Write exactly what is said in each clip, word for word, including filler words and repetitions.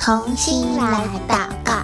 同心来祷告。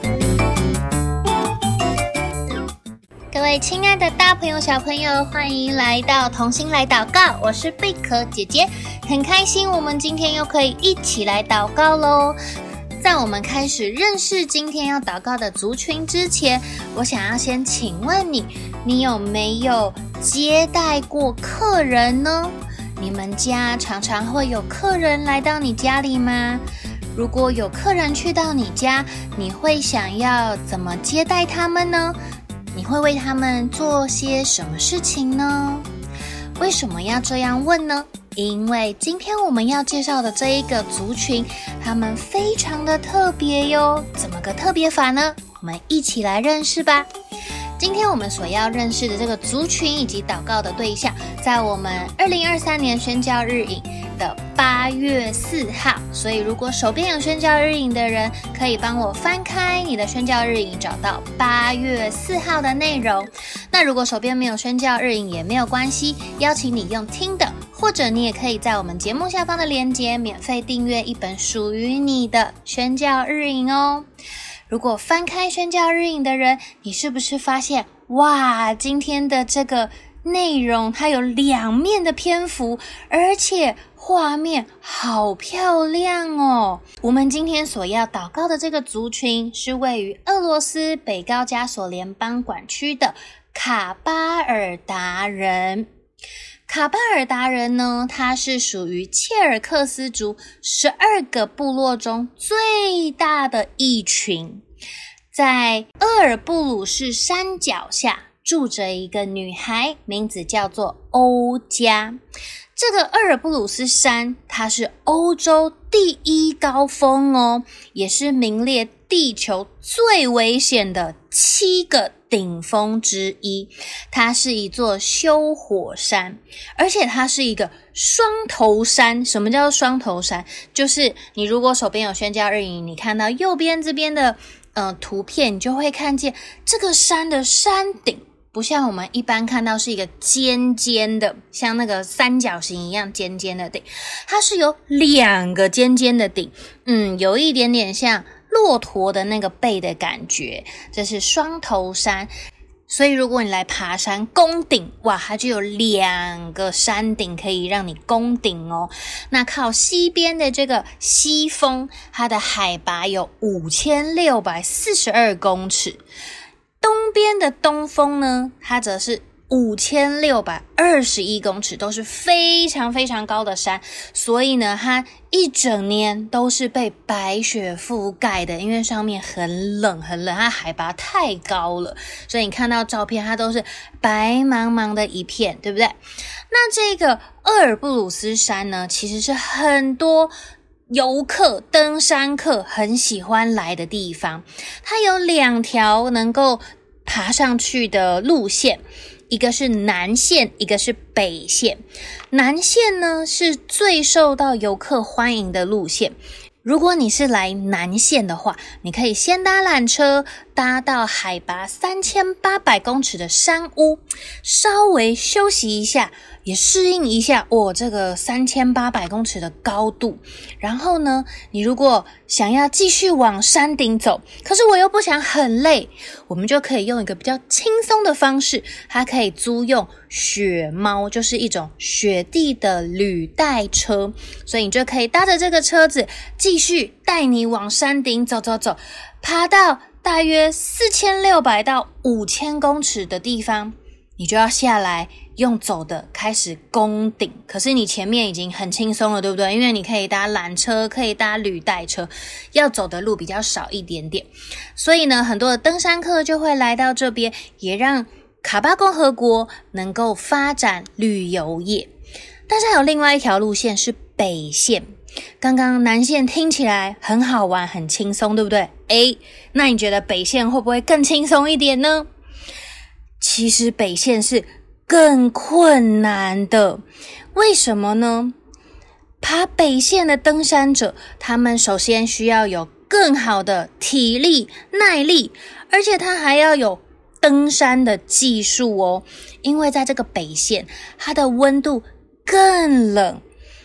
各位亲爱的大朋友小朋友，欢迎来到同心来祷告，我是贝壳姐姐，很开心我们今天又可以一起来祷告咯。在我们开始认识今天要祷告的族群之前，我想要先请问你，你有没有接待过客人呢？你们家常常会有客人来到你家里吗？如果有客人去到你家，你会想要怎么接待他们呢？你会为他们做些什么事情呢？为什么要这样问呢？因为今天我们要介绍的这一个族群，他们非常的特别哟。怎么个特别法呢？我们一起来认识吧。今天我们所要认识的这个族群以及祷告的对象，在我们二零二三年宣教日影的八月四号，所以如果手边有宣教日影的人，可以帮我翻开你的宣教日影，找到八月四号的内容。那如果手边没有宣教日影也没有关系，邀请你用听的，或者你也可以在我们节目下方的链接免费订阅一本属于你的宣教日影哦。如果翻开宣教日影的人，你是不是发现哇，今天的这个内容它有两面的篇幅，而且画面好漂亮哦。我们今天所要祷告的这个族群是位于俄罗斯北高加索联邦管区的卡巴尔达人。卡巴尔达人呢，它是属于切尔克斯族十二个部落中最大的一群。在鄂尔布鲁士山脚下住着一个女孩，名字叫做欧加。这个鄂尔布鲁斯山，它是欧洲第一高峰哦，也是名列地球最危险的七个顶峰之一。它是一座休火山，而且它是一个双头山。什么叫双头山？就是你如果手边有宣教日影，你看到右边这边的呃图片，你就会看见这个山的山顶不像我们一般看到是一个尖尖的，像那个三角形一样尖尖的顶，它是有两个尖尖的顶，嗯，有一点点像骆驼的那个背的感觉，这是双头山。所以如果你来爬山攻顶，哇，它就有两个山顶可以让你攻顶哦。那靠西边的这个西峰，它的海拔有五千六百四十二公尺。东边的东峰呢，它则是五千六百二十一公尺，都是非常非常高的山，所以呢，它一整年都是被白雪覆盖的，因为上面很冷很冷，它海拔太高了，所以你看到照片，它都是白茫茫的一片，对不对？那这个鄂尔布鲁斯山呢，其实是很多游客、登山客很喜欢来的地方。它有两条能够爬上去的路线，一个是南线，一个是北线。南线呢，是最受到游客欢迎的路线。如果你是来南线的话，你可以先搭缆车，搭到海拔三千八百公尺的山屋，稍微休息一下，也适应一下哦，这个三千八百公尺的高度。然后呢，你如果想要继续往山顶走，可是我又不想很累，我们就可以用一个比较轻松的方式，它可以租用雪猫，就是一种雪地的履带车，所以你就可以搭着这个车子继续带你往山顶走走走，爬到大约四千六百到五千公尺的地方，你就要下来用走的开始攻顶。可是你前面已经很轻松了，对不对？因为你可以搭缆车，可以搭履带车，要走的路比较少一点点。所以呢，很多的登山客就会来到这边，也让卡巴共和国能够发展旅游业。但是还有另外一条路线是北线。刚刚南线听起来很好玩，很轻松，对不对？诶，那你觉得北线会不会更轻松一点呢？其实北线是更困难的。为什么呢？爬北线的登山者，他们首先需要有更好的体力、耐力，而且他还要有登山的技术哦。因为在这个北线，它的温度更冷，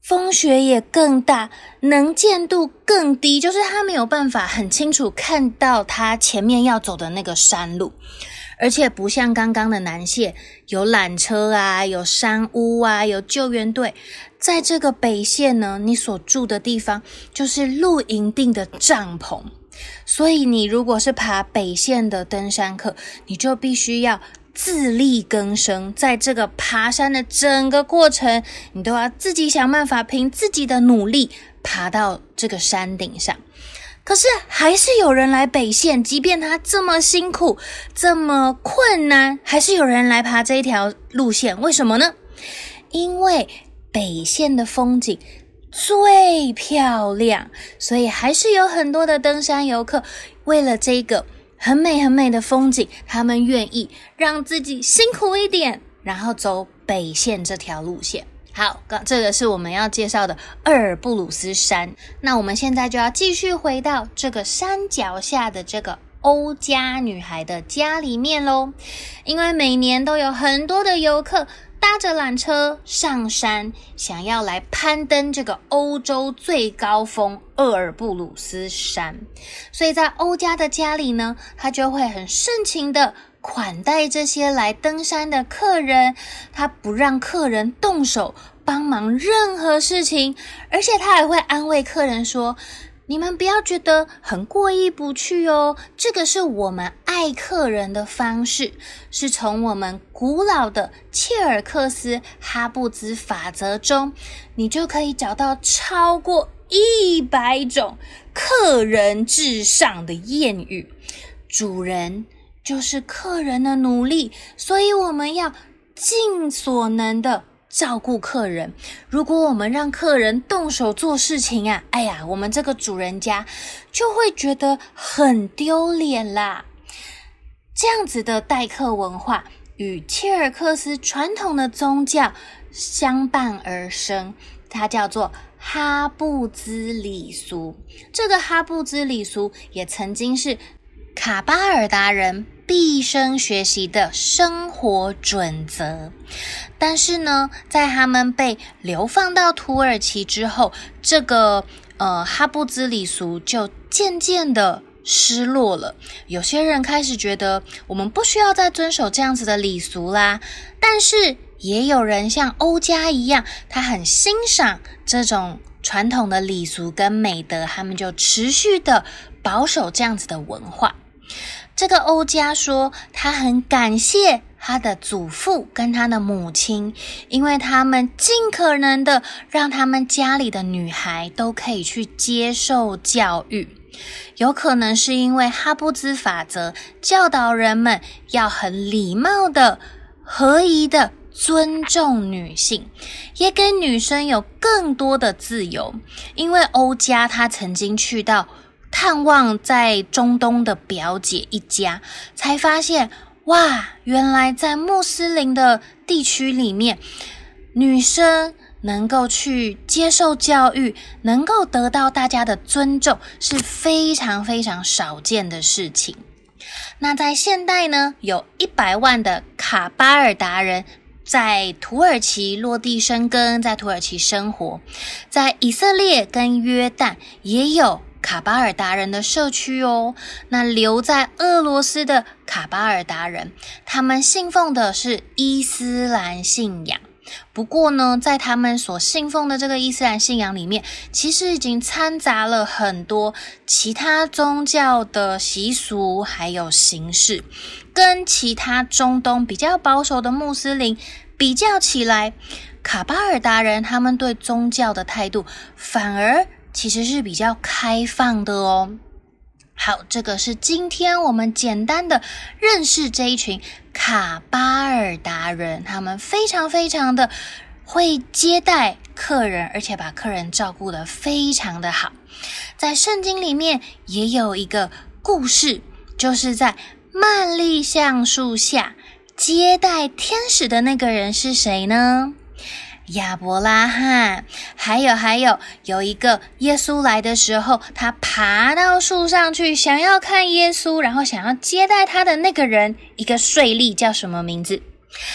风雪也更大，能见度更低，就是他没有办法很清楚看到他前面要走的那个山路。而且不像刚刚的南线，有缆车啊，有山屋啊，有救援队。在这个北线呢，你所住的地方就是露营地的帐篷。所以你如果是爬北线的登山客，你就必须要自力更生，在这个爬山的整个过程，你都要自己想办法，凭自己的努力爬到这个山顶上。可是还是有人来北线，即便他这么辛苦，这么困难，还是有人来爬这一条路线。为什么呢？因为北线的风景最漂亮，所以还是有很多的登山游客为了这个很美很美的风景，他们愿意让自己辛苦一点，然后走北线这条路线。好，这个是我们要介绍的厄尔布鲁斯山。那我们现在就要继续回到这个山脚下的这个欧家女孩的家里面咯。因为每年都有很多的游客搭着缆车上山，想要来攀登这个欧洲最高峰厄尔布鲁斯山。所以在欧家的家里呢，他就会很盛情的款待这些来登山的客人，他不让客人动手帮忙任何事情，而且他还会安慰客人说，你们不要觉得很过意不去哦，这个是我们爱客人的方式，是从我们古老的切尔克斯哈布兹法则中，你就可以找到超过一百种客人至上的谚语。主人就是客人的努力，所以我们要尽所能的照顾客人。如果我们让客人动手做事情啊，哎呀，我们这个主人家就会觉得很丢脸啦。这样子的待客文化与切尔克斯传统的宗教相伴而生，它叫做哈布兹礼俗。这个哈布兹礼俗也曾经是卡巴尔达人毕生学习的生活准则。但是呢，在他们被流放到土耳其之后，这个呃哈布兹礼俗就渐渐的失落了。有些人开始觉得我们不需要再遵守这样子的礼俗啦，但是也有人像欧家一样，他很欣赏这种传统的礼俗跟美德，他们就持续的保守这样子的文化。这个欧家说，他很感谢他的祖父跟他的母亲，因为他们尽可能的让他们家里的女孩都可以去接受教育。有可能是因为哈布兹法则教导人们要很礼貌的、合宜的尊重女性，也给女生有更多的自由。因为欧家他曾经去到探望在中东的表姐一家，才发现哇，原来在穆斯林的地区里面，女生能够去接受教育，能够得到大家的尊重，是非常非常少见的事情。那在现代呢，有一百万的卡巴尔达人在土耳其落地生根，在土耳其生活。在以色列跟约旦也有卡巴尔达人的社区哦。那留在俄罗斯的卡巴尔达人，他们信奉的是伊斯兰信仰。不过呢，在他们所信奉的这个伊斯兰信仰里面，其实已经掺杂了很多其他宗教的习俗还有形式，跟其他中东比较保守的穆斯林比较起来，卡巴尔达人他们对宗教的态度反而其实是比较开放的哦。好，这个是今天我们简单的认识这一群卡巴尔达人，他们非常非常的会接待客人，而且把客人照顾得非常的好。在圣经里面也有一个故事，就是在曼利橡树下接待天使的那个人是谁呢？亚伯拉罕。还有还有有一个耶稣来的时候，他爬到树上去想要看耶稣，然后想要接待他的那个人，一个税吏叫什么名字？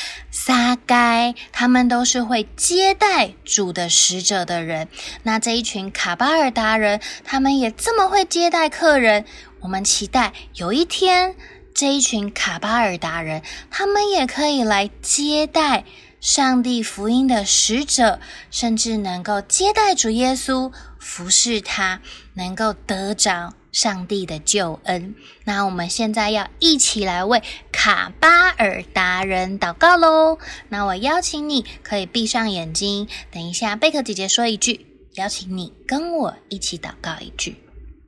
撒该，他们都是会接待主的使者的人。那这一群卡巴尔达人，他们也这么会接待客人。我们期待有一天，这一群卡巴尔达人，他们也可以来接待上帝福音的使者，甚至能够接待主耶稣，服侍他，能够得着上帝的救恩。那我们现在要一起来为卡巴尔达人祷告咯。那我邀请你可以闭上眼睛，等一下贝壳姐姐说一句，邀请你跟我一起祷告一句。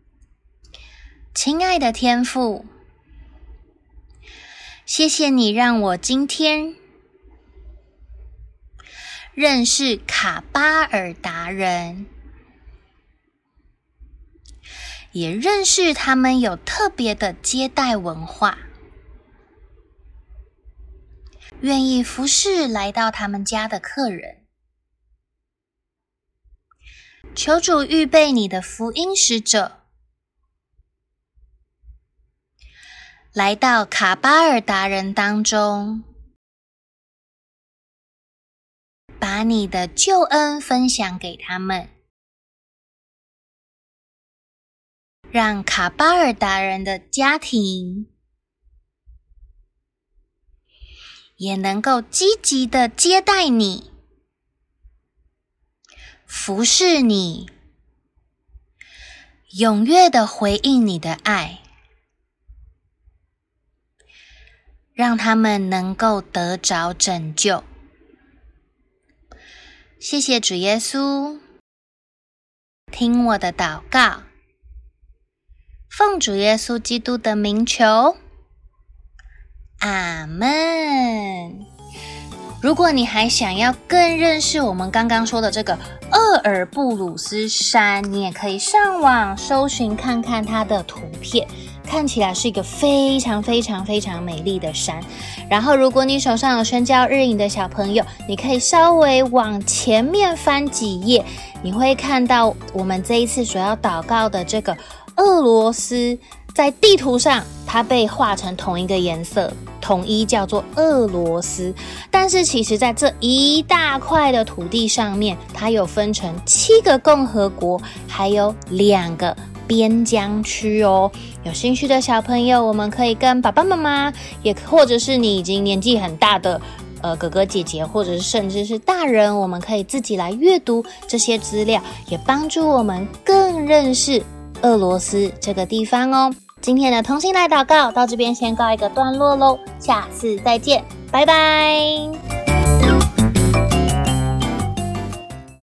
亲爱的天父，谢谢你让我今天认识卡巴尔达人，也认识他们有特别的接待文化，愿意服侍来到他们家的客人。求主预备你的福音使者，来到卡巴尔达人当中，把你的救恩分享给他们，让卡巴尔达人的家庭也能够积极的接待你，服侍你，踊跃的回应你的爱，让他们能够得着拯救。谢谢主耶稣，听我的祷告，奉主耶稣基督的名求，阿们。如果你还想要更认识我们刚刚说的这个厄尔布鲁斯山，你也可以上网搜寻看看它的图片，看起来是一个非常非常非常美丽的山。然后如果你手上有宣教日影的小朋友，你可以稍微往前面翻几页，你会看到我们这一次所要祷告的这个俄罗斯，在地图上它被画成同一个颜色，统一叫做俄罗斯。但是其实在这一大块的土地上面，它有分成七个共和国，还有两个边疆区哦。有兴趣的小朋友，我们可以跟爸爸妈妈，也或者是你已经年纪很大的呃哥哥姐姐，或者是甚至是大人，我们可以自己来阅读这些资料，也帮助我们更认识俄罗斯这个地方哦。今天的同心来祷告到这边先告一个段落咯，下次再见，拜拜。